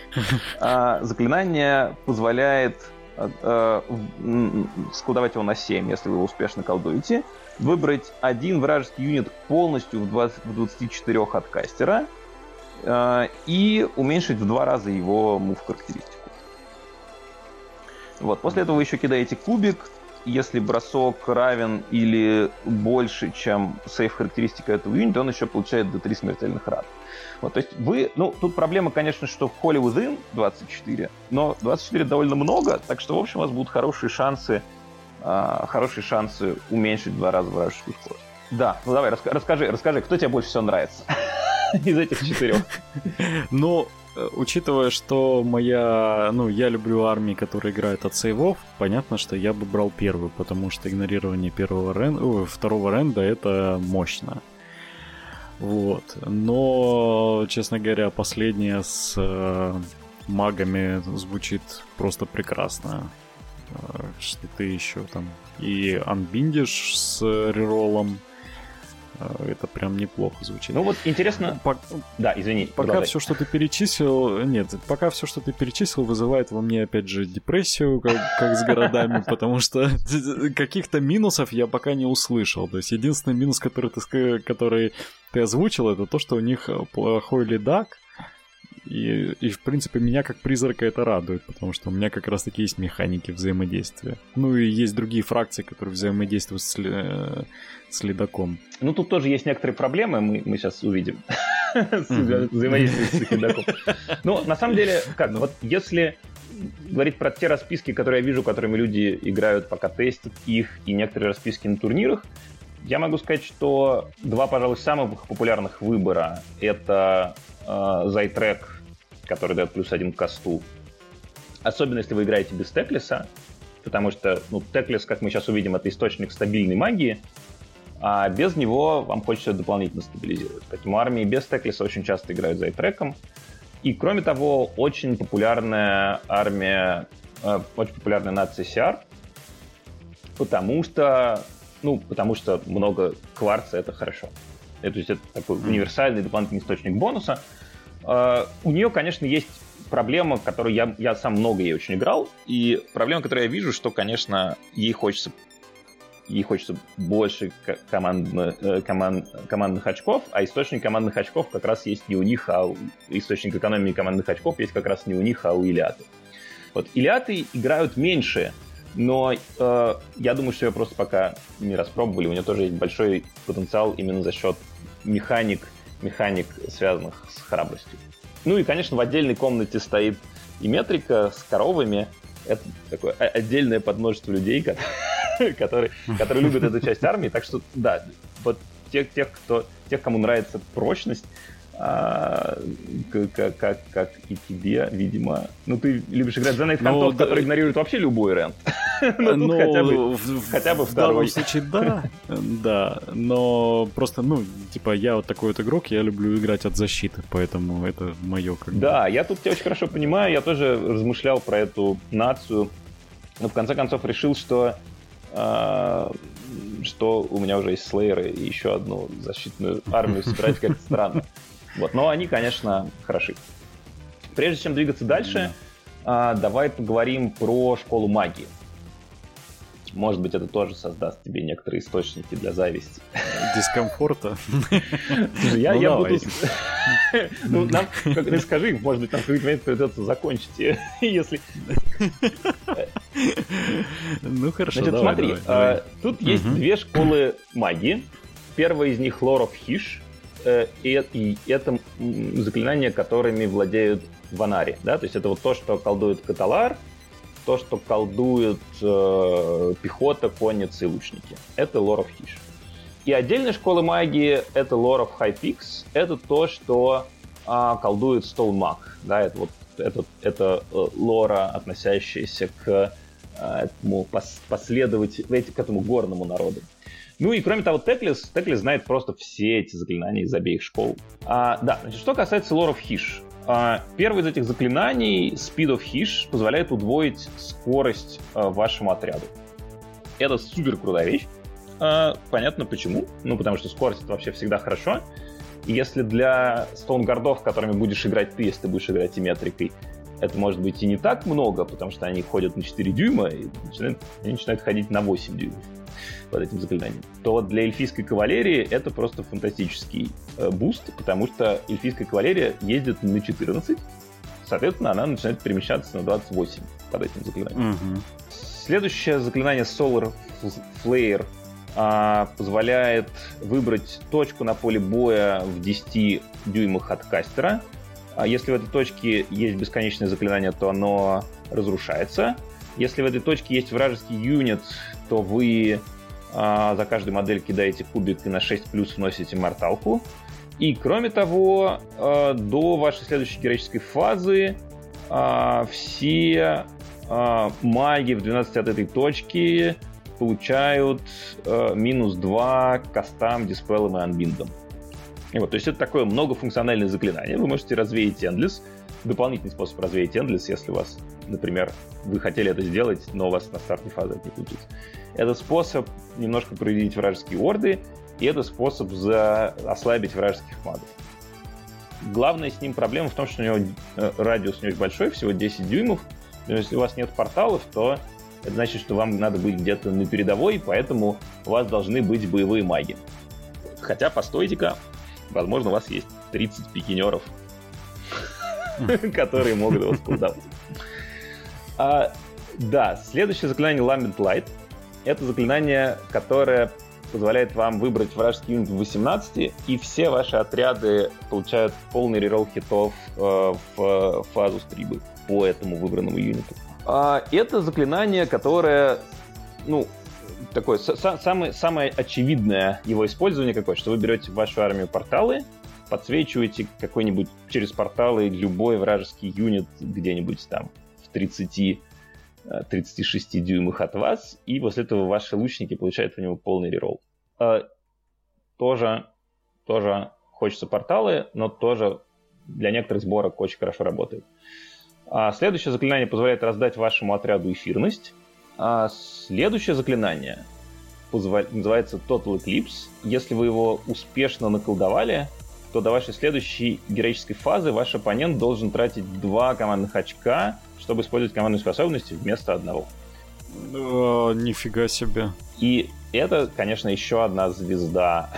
позволяет складывать его на 7, если вы успешно колдуете, выбрать 1 вражеский юнит полностью в 24 от кастера и уменьшить в 2 раза его мув-характеристику. Вот. После этого вы еще кидаете кубик. Если бросок равен или больше, чем сейф-характеристика этого юнита, он еще получает до 3 смертельных ран. Вот, то есть тут проблема, конечно, что в Holy Within 24, но 24 довольно много, так что, в общем, у вас будут хорошие шансы уменьшить в 2 раза вражескую скорость. Да, ну давай, расскажи, кто тебе больше всего нравится из этих 4? Ну, учитывая, что я люблю армии, которые играют от сейвов, понятно, что я бы брал 1-ю, потому что игнорирование 2-го ренда — это мощно. Вот. Но, честно говоря, последняя с магами звучит просто прекрасно. Что ты еще там и анбиндишь с реролом. Это прям неплохо звучит. Ну вот интересно... Да, извини. Пока все, что ты перечислил... Нет, пока все, что ты перечислил, вызывает во мне, опять же, депрессию, как с городами, потому что каких-то минусов я пока не услышал. То есть единственный минус, который ты озвучил, это то, что у них плохой лидак. И, в принципе, меня как призрака это радует, потому что у меня как раз-таки есть механики взаимодействия. Ну и есть другие фракции, которые взаимодействуют с ледаком. Ну тут тоже есть некоторые проблемы, мы сейчас увидим. Взаимодействие с ледаком. Ну, на самом деле, как, вот если говорить про те расписки, которые я вижу, которыми люди играют, пока тестят их, и некоторые расписки на турнирах, я могу сказать, что два, пожалуй, самых популярных выбора — это Zytrek, который дает +1 к касту. Особенно, если вы играете без Теклиса, потому что Теклис, как мы сейчас увидим, это источник стабильной магии, а без него вам хочется дополнительно стабилизировать. Поэтому армии без Теклиса очень часто играют Zytrek'ом. И, кроме того, очень популярная армия, очень популярная нация CR, потому что много кварца — это хорошо. То есть это такой универсальный дополнительный источник бонуса. У нее, конечно, есть проблема, которую я сам много ей очень играл, и проблема, которую я вижу, что, конечно, ей хочется больше командных очков, а источник командных очков как раз есть не у них, а источник экономии командных очков есть как раз не у них, а у Илиаты. Вот Илиаты играют меньше, но я думаю, что ее просто пока не распробовали. У нее тоже есть большой потенциал именно за счет механик, связанных с храбростью. Ну и, конечно, в отдельной комнате стоит и метрика с коровами. Это такое отдельное подмножество людей, которые любят эту часть армии. Так что, да, вот тех, кому нравится прочность, как и тебе, видимо. Ну, ты любишь играть за найтхантов, который игнорирует вообще любой рент. Ну, хотя бы второй. В данном случае, да, но просто, я вот такой вот игрок, я люблю играть от защиты, поэтому это мое как бы. Да, я тут тебя очень хорошо понимаю, я тоже размышлял про эту нацию, но в конце концов решил, что у меня уже есть слееры и еще одну защитную армию собирать как-то странно. Вот, но они, конечно, хороши. Прежде чем двигаться дальше, давай поговорим про школу магии. Может быть, это тоже создаст тебе некоторые источники для зависти. Дискомфорта. Слушай, я буду... Ты скажи, может быть, нам в какой-то момент придется закончить, если... Ну, хорошо, значит, смотри, тут есть две школы магии. Первая из них Lore of Hysh. И это заклинания, которыми владеют Ванари. Да? То есть это вот то, что колдует Каталар, то, что колдует пехота, конницы и лучники. Это Lore of Hysh. И отдельная школа магии — это Lore of Hypix. Это то, что колдует Stone Mag. Да? Это лора, относящаяся к этому к этому горному народу. Ну и кроме того, Теклис знает просто все эти заклинания из обеих школ. Да, значит, что касается Lore of Hysh. Первое из этих заклинаний, Speed of Hysh, позволяет удвоить скорость вашему отряду. Это супер крутая вещь. Понятно почему. Потому что скорость — это вообще всегда хорошо. И если для стоунгардов, которыми будешь играть ты, если ты будешь играть и метрикой, это может быть и не так много, потому что они ходят на 4 дюйма, и они начинают ходить на 8 дюймов под этим заклинанием, то для эльфийской кавалерии это просто фантастический буст, потому что эльфийская кавалерия ездит на 14, соответственно, она начинает перемещаться на 28 под этим заклинанием. Угу. Следующее заклинание Solar Flare позволяет выбрать точку на поле боя в 10 дюймах от кастера. Если в этой точке есть бесконечное заклинание, то оно разрушается. Если в этой точке есть вражеский юнит, то вы за каждую модель кидаете кубик и на 6+ вносите морталку. И кроме того, до вашей следующей героической фазы все маги в 12 от этой точки получают -2 к кастам, диспелам и анбиндам. То есть это такое многофункциональное заклинание. Вы можете развеять Endless. Дополнительный способ развеять Endless, если у вас, например, вы хотели это сделать, но у вас на старте фазы это не получится. Это способ немножко проявить вражеские орды, и это способ ослабить вражеских магов. Главная с ним проблема в том, что у него радиус не очень большой, всего 10 дюймов. Но если у вас нет порталов, то это значит, что вам надо быть где-то на передовой, поэтому у вас должны быть боевые маги. Хотя, постойте-ка, возможно, у вас есть 30 пикинеров, которые могут его сколдовать. Да, следующее заклинание Lambent Light. Это заклинание, которое позволяет вам выбрать вражеский юнит в 18, и все ваши отряды получают полный реролл хитов в фазу стрельбы. по этому выбранному юниту. Это заклинание, которое, такое самое очевидное его использование какое, что вы берете в вашу армию порталы, подсвечиваете какой-нибудь через порталы любой вражеский юнит где-нибудь там в 30-36 дюймах от вас, и после этого ваши лучники получают по нему полный реролл. Тоже хочется порталы, но тоже для некоторых сборок очень хорошо работает. Следующее заклинание позволяет раздать вашему отряду эфирность. Следующее заклинание называется Total Eclipse. Если вы его успешно наколдовали, то до вашей следующей героической фазы ваш оппонент должен тратить 2 командных очка, чтобы использовать командные способности вместо одного. Нифига себе. И это, конечно, еще одна звезда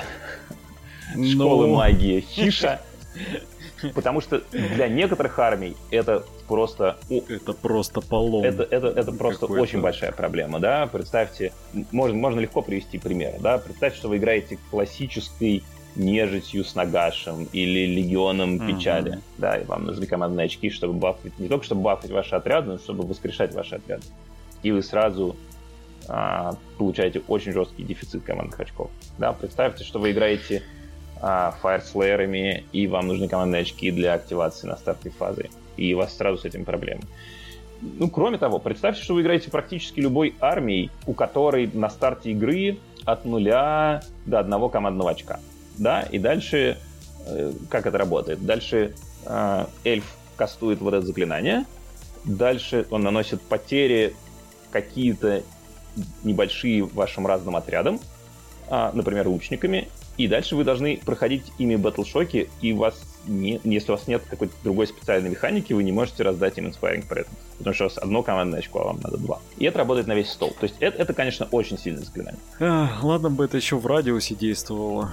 школы магии Хиша. Потому что для некоторых армий это просто... Это просто полом. Это просто очень большая проблема, да? Представьте, можно легко привести пример, да? Представьте, что вы играете классической нежитью с Нагашем или легионом печали, да, и вам нужны командные очки, чтобы бафать, не только чтобы бафать ваши отряды, но чтобы воскрешать ваши отряды. И вы сразу получаете очень жесткий дефицит командных очков. Да? Представьте, что вы играете Фаерслеерами, и вам нужны командные очки для активации на старте фазы. И у вас сразу с этим проблемы. Кроме того, представьте, что вы играете практически любой армией, у которой на старте игры от 0 до 1 командного очка. Да? И дальше, как это работает? Дальше эльф кастует вот это заклинание, дальше он наносит потери какие-то небольшие вашим разным отрядам, например, лучниками, и дальше вы должны проходить ими батлшоки, и если у вас нет какой-то другой специальной механики, вы не можете раздать им Inspiring Presence, потому что у вас одно командное очко, а вам надо 2. И это работает на весь стол. То есть это конечно, очень сильное заклинание. Ладно бы это еще в радиусе действовало.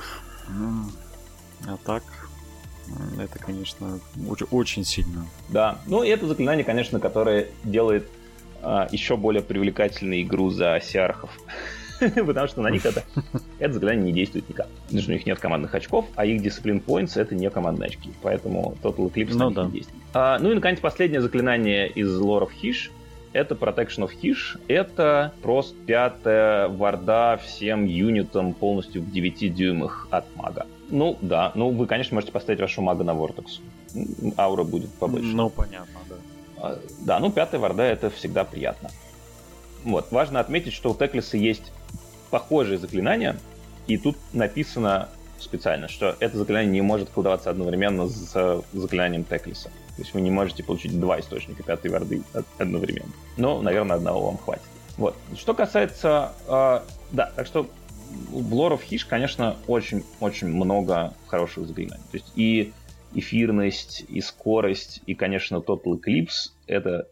А так, это, конечно, очень сильно. Да, и это заклинание, конечно, которое делает еще более привлекательной игру за сиархов. Потому что на них это заклинание не действует никак. Потому что у них нет командных очков, а их Discipline Points — это не командные очки. Поэтому Total Eclipse на них не действует. И, наконец, последнее заклинание из Lore of Hysh — это Protection of Hysh. Это просто 5-я варда всем юнитам полностью в 9 дюймах от мага. Вы, конечно, можете поставить вашего мага на Vortex. Аура будет побольше. Понятно, да. Да, 5-я варда — это всегда приятно. Важно отметить, что у Теклиса есть похожие заклинания, и тут написано специально, что это заклинание не может колдоваться одновременно с заклинанием Теклиса. То есть вы не можете получить 2 источника 5-й варды одновременно. Но, наверное, одного вам хватит. Что касается... так что в Lore of Hysh, конечно, очень-очень много хороших заклинаний. То есть и эфирность, и скорость, и, конечно, Total Eclipse — это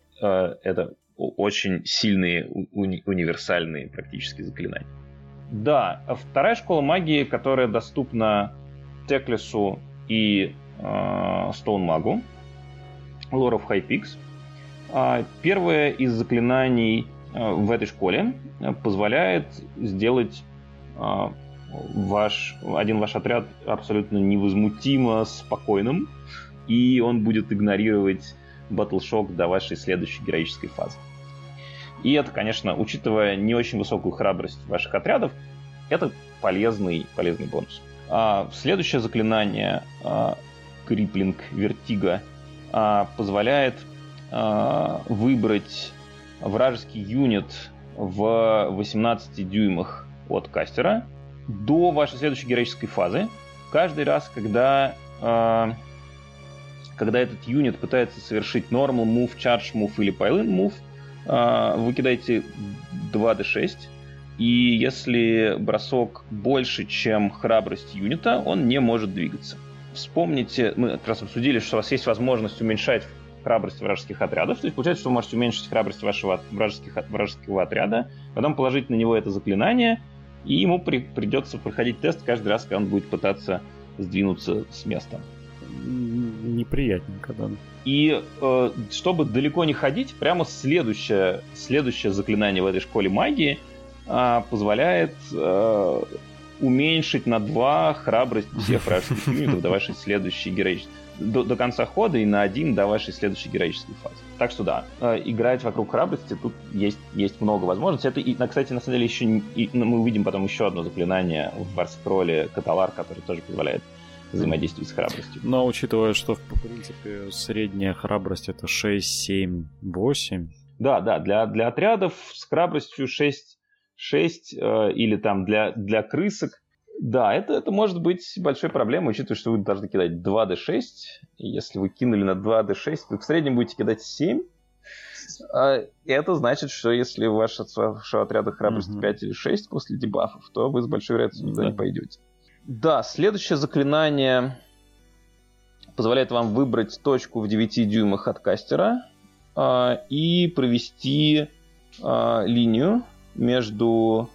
очень сильные, универсальные практически заклинания. Да, вторая школа магии, которая доступна Теклису и Стоунмагу, Lore of Hypixel. Первое из заклинаний в этой школе позволяет сделать один ваш отряд абсолютно невозмутимо спокойным, и он будет игнорировать батлшок до вашей следующей героической фазы. И это, конечно, учитывая не очень высокую храбрость ваших отрядов, это полезный бонус. Следующее заклинание Crippling Vertigo позволяет выбрать вражеский юнит в 18 дюймах от кастера до вашей следующей героической фазы. Каждый раз, когда этот юнит пытается совершить normal move, charge move или pile-in move, вы кидаете 2d6, и если бросок больше, чем храбрость юнита, он не может двигаться. Вспомните, мы как раз обсудили, что у вас есть возможность уменьшать храбрость вражеских отрядов, то есть получается, что вы можете уменьшить храбрость вашего вражеского отряда, потом положить на него это заклинание, и ему придется проходить тест каждый раз, когда он будет пытаться сдвинуться с места. Неприятненько, да. И чтобы далеко не ходить, прямо следующее заклинание в этой школе магии позволяет уменьшить на 2 храбрость всех вражеских юнитов до вашей следующей героической... До конца хода и на 1 до вашей следующей героической фазы. Так что да, играть вокруг храбрости тут есть много возможностей. Это, кстати, на самом деле еще мы увидим потом еще одно заклинание в варскролле Каталар, которое тоже позволяет взаимодействовать с храбростью. Но учитывая, что в принципе средняя храбрость это 6, 7, 8. Да, для отрядов с храбростью 6 или там для крысок. Да, это может быть большой проблемой, учитывая, что вы должны кидать 2d6. И если вы кинули на 2d6, то в среднем будете кидать 7. Это значит, что если у вашего отряда храбрость 5 или 6 после дебафов, то вы с большой вероятностью туда не пойдете. Да, следующее заклинание позволяет вам выбрать точку в 9 дюймах от кастера и провести линию между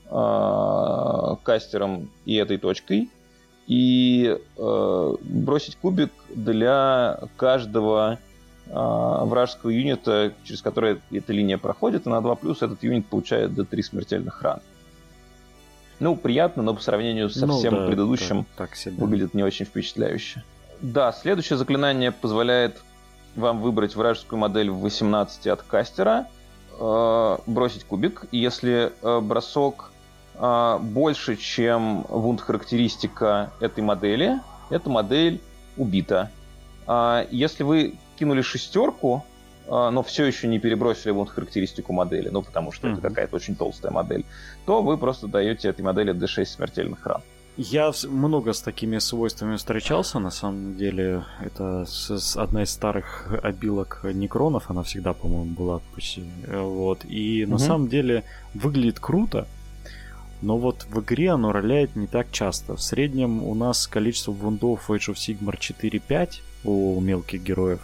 кастером и этой точкой и бросить кубик для каждого вражеского юнита, через который эта линия проходит, и на 2+, этот юнит получает d3 смертельных ран. Ну, приятно, но по сравнению со всем предыдущим выглядит не очень впечатляюще. Да, следующее заклинание позволяет вам выбрать вражескую модель в 18 от кастера, бросить кубик, и если бросок больше, чем вунд-характеристика этой модели, эта модель убита. Если вы кинули 6, но все еще не перебросили вунд-характеристику модели, ну, потому что это какая-то очень толстая модель, то вы просто даете этой модели d6 смертельных ран. Я много с такими свойствами встречался, на самом деле. Это одна из старых обилок Некронов, она всегда, по-моему, была почти. Вот. И на самом деле выглядит круто, но вот в игре оно роляет не так часто. В среднем у нас количество вундов в Age of Sigmar 4-5 у мелких героев.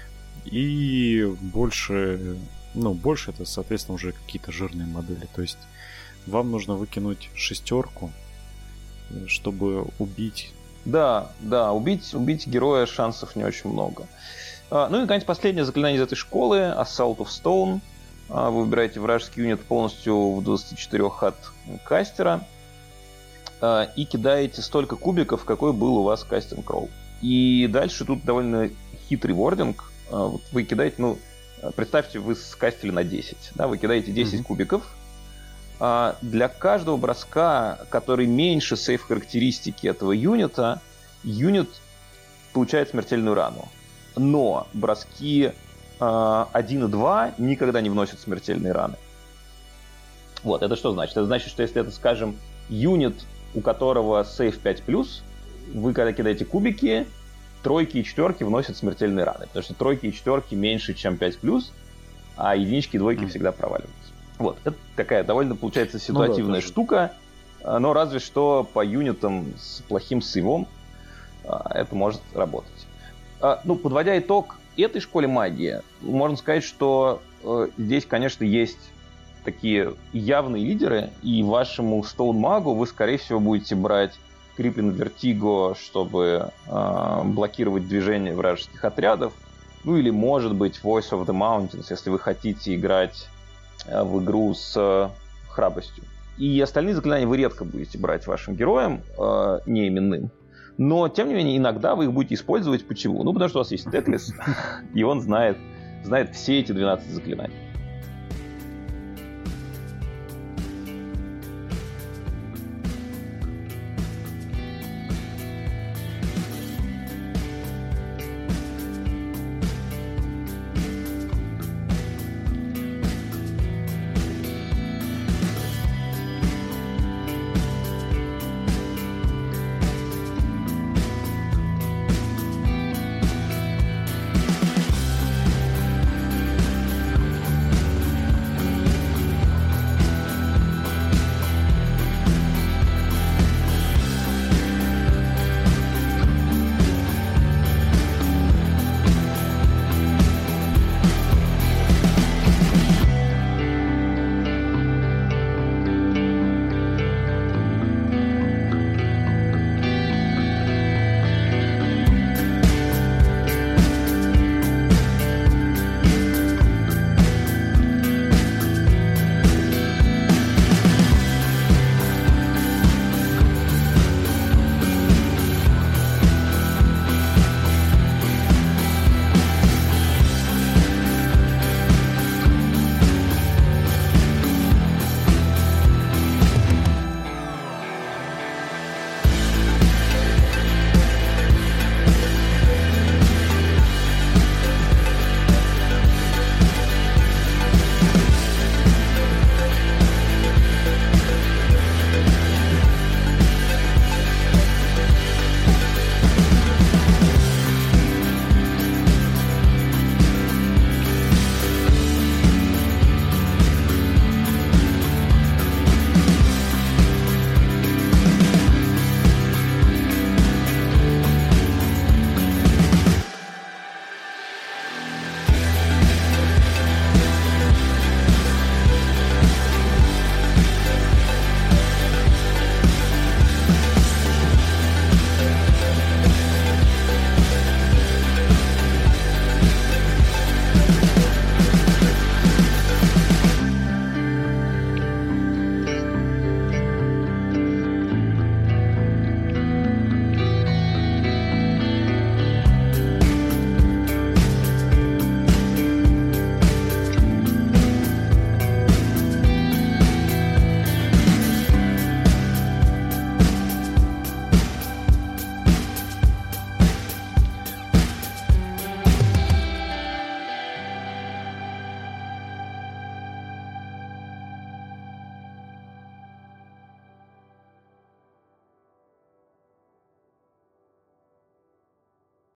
И больше это, соответственно, уже какие-то жирные модели. То есть вам нужно выкинуть 6, чтобы убить. Да, убить героя шансов не очень много. Ну и, наконец, последнее заклинание из этой школы, Assault of Stone. Вы выбираете вражеский юнит полностью в 24 от кастера и кидаете столько кубиков, какой был у вас кастинг ролл. И дальше тут довольно хитрый вординг. Вот вы кидаете, представьте, вы скастили на 10. Да, вы кидаете 10 кубиков. Для каждого броска, который меньше сейф-характеристики этого юнита, юнит получает смертельную рану. Но броски 1 и 2 никогда не вносят смертельные раны. Вот, это что значит? Это значит, что если это, скажем, юнит, у которого сейф 5+, вы когда кидаете кубики, 3 и 4 вносят смертельные раны. Потому что 3 и 4 меньше, чем 5+, а 1 и 2 всегда проваливаются. Вот, это такая довольно, получается, ситуативная штука, но разве что по юнитам с плохим сейвом это может работать. Подводя итог этой школе магии, можно сказать, что здесь, конечно, есть такие явные лидеры, и вашему Стоун-магу вы, скорее всего, будете брать Crippling Vertigo, чтобы блокировать движение вражеских отрядов, ну или, может быть, Voice of the Mountains, если вы хотите играть в игру с храбростью. И остальные заклинания вы редко будете брать вашим героям, неименным. Но, тем не менее, иногда вы их будете использовать. Почему? Потому что у вас есть Теклис, и он знает все эти 12 заклинаний.